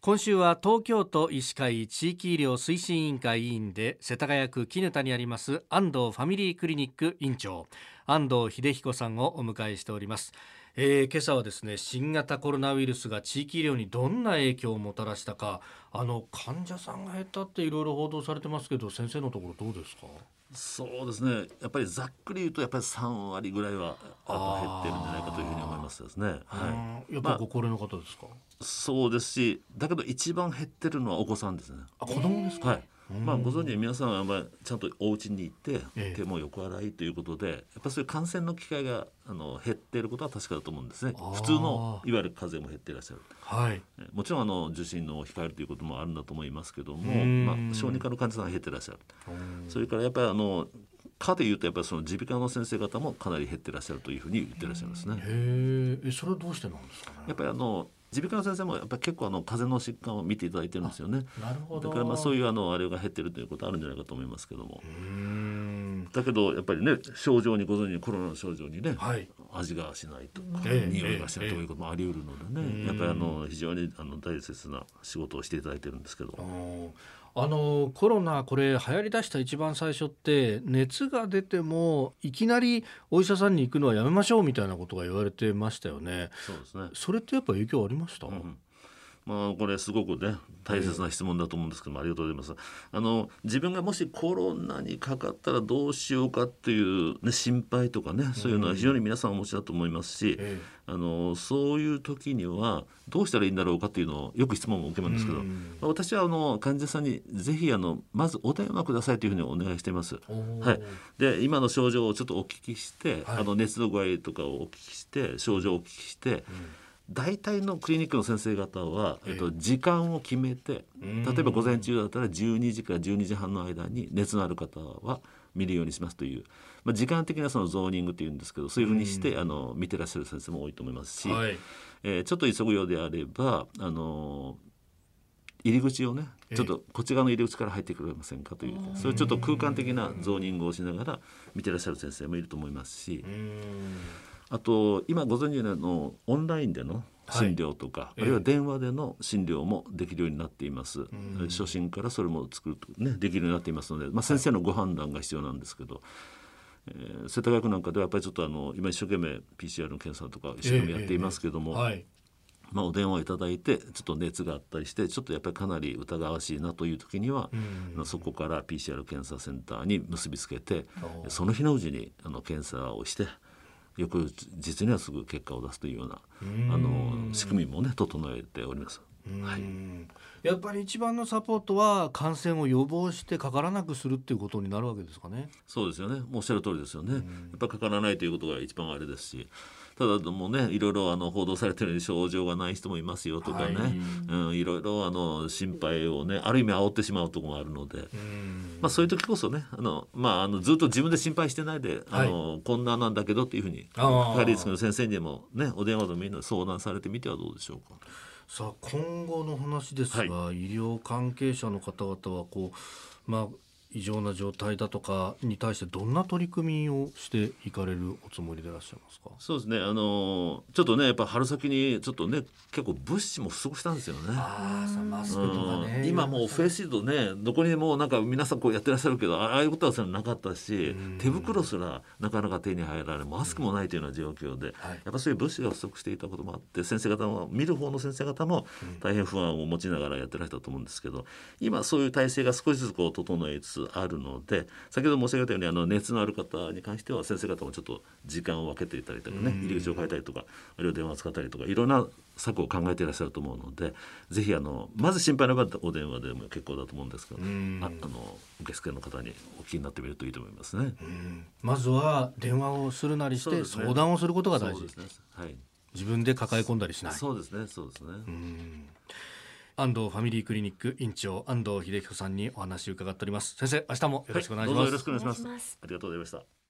今週は東京都医師会地域医療推進委員会委員で世田谷区砧にあります安藤ファミリークリニック院長安藤秀彦さんをお迎えしております。今朝はですね、新型コロナウイルスが地域医療にどんな影響をもたらしたか、患者さんが減ったっていろいろ報道されてますけど、先生のところどうですか？ そうですね、やっぱりざっくり言うとやっぱり3割ぐらいは減ってるんじゃないかというふうに思いますですね。 やっぱりご高齢の方ですか？ そうですし、だけど一番減ってるのはお子さんですね。 子供ですか？ ご存知皆さんはちゃんとお家に行ってええ手も横洗いということで、やっぱりそういう感染の機会が減っていることは確かだと思うんですね。普通のいわゆる風邪も減っていらっしゃる。 はい。 もちろん受診の控えるということもあるんだと思いますけども、小児科の患者さんが減っていらっしゃる。それからやっぱり科でいうとやっぱりその耳鼻科の先生方もかなり減っていらっしゃるというふうに言ってらっしゃいますね。 それはどうしてなんですかね？ やっぱり耳鼻科の先生もやっぱり結構風邪の疾患を見ていただいてるんですよね。 なるほど。 だからそういうあれが減ってるということあるんじゃないかと思いますけども、だけどやっぱりね、症状にご存知コロナの症状にね、味がしないとか、匂いがしないということもあり得るのでね、やっぱり非常に大切な仕事をしていただいてるんですけど、 コロナこれ流行りだした一番最初って熱が出てもいきなりお医者さんに行くのはやめましょうみたいなことが言われてましたよね。 そうですね。 それってやっぱ影響ありました？ これすごくね大切な質問だと思うんですけども、ありがとうございます。自分がもしコロナにかかったらどうしようかっていう、ね、心配とかね、そういうのは非常に皆さんお持ちだと思いますし、そういう時にはどうしたらいいんだろうかっていうのをよく質問を受けるんですけど、私は患者さんにぜひまずお電話くださいというふうにお願いしています。で今の症状をちょっとお聞きして、熱の具合とかをお聞きして症状をお聞きして、大体のクリニックの先生方は、時間を決めて、例えば午前中だったら12時から12時半の間に熱のある方は見るようにしますという、時間的なそのゾーニングというんですけど、そういうふうにして見てらっしゃる先生も多いと思いますし、ちょっと急ぐようであれば入り口をね、ちょっとこっち側の入り口から入ってくれませんかという、そういうちょっと空間的なゾーニングをしながら見てらっしゃる先生もいると思いますし、あと今ご存知のオンラインでの診療とか、あるいは電話での診療もできるようになっています。初診からそれも作ると、できるようになっていますので、先生のご判断が必要なんですけど、世田谷区なんかではやっぱりちょっと今一生懸命 PCR の検査とか一生懸命やっていますけども、お電話をいただいてちょっと熱があったりして、ちょっとやっぱりかなり疑わしいなという時には、そこから PCR 検査センターに結びつけて、その日のうちに検査をして翌日にはすぐ結果を出すというような仕組みもね整えております。 やっぱり一番のサポートは感染を予防してかからなくするっていうことになるわけですかね？ そうですよね。もうおっしゃる通りですよね。やっぱりかからないということが一番あれですし、ただもうね、いろいろ報道されているように症状がない人もいますよとかね、いろいろ心配をね、ある意味煽ってしまうところもあるので、そういう時こそね、ずっと自分で心配してないで、こんななんだけどっていうふうにかかりつけの先生にもね、お電話でもいいので相談されてみてはどうでしょうか。 さあ今後の話ですが、医療関係者の方々は異常な状態だとかに対してどんな取り組みをしていかれるおつもりでいらっしゃいますか？ そうですね、ちょっとねやっぱ春先にちょっとね結構物資も不足したんですよね。 マスクとかね、 今もうフェイスシールドね、どこにでもなんか皆さんこうやってらっしゃるけど、ああいうことはなかったし、手袋すらなかなか手に入らない、マスクもないというような状況で、やっぱそういう物資が不足していたこともあって、先生方も見る方の先生方も大変不安を持ちながらやってらしたと思うんですけど、今そういう体制が少しずつ整えつつあるので、先ほど申し上げたように熱のある方に関しては先生方もちょっと時間を分けていたりとかね、入り口を変えたりとか、あるいは電話を使ったりとか、いろんな策を考えていらっしゃると思うので、ぜひまず心配な場合はお電話でも結構だと思うんですけど、受付の方にお聞きになってみるといいと思いますね。 まずは電話をするなりして相談をすることが大事。自分で抱え込んだりしない。 そうですね、そうですね。 安藤ファミリークリニック院長安藤秀彦さんにお話を伺っております。先生、明日もよろしくお願いします。 どうぞよろしくお願いします。ありがとうございました。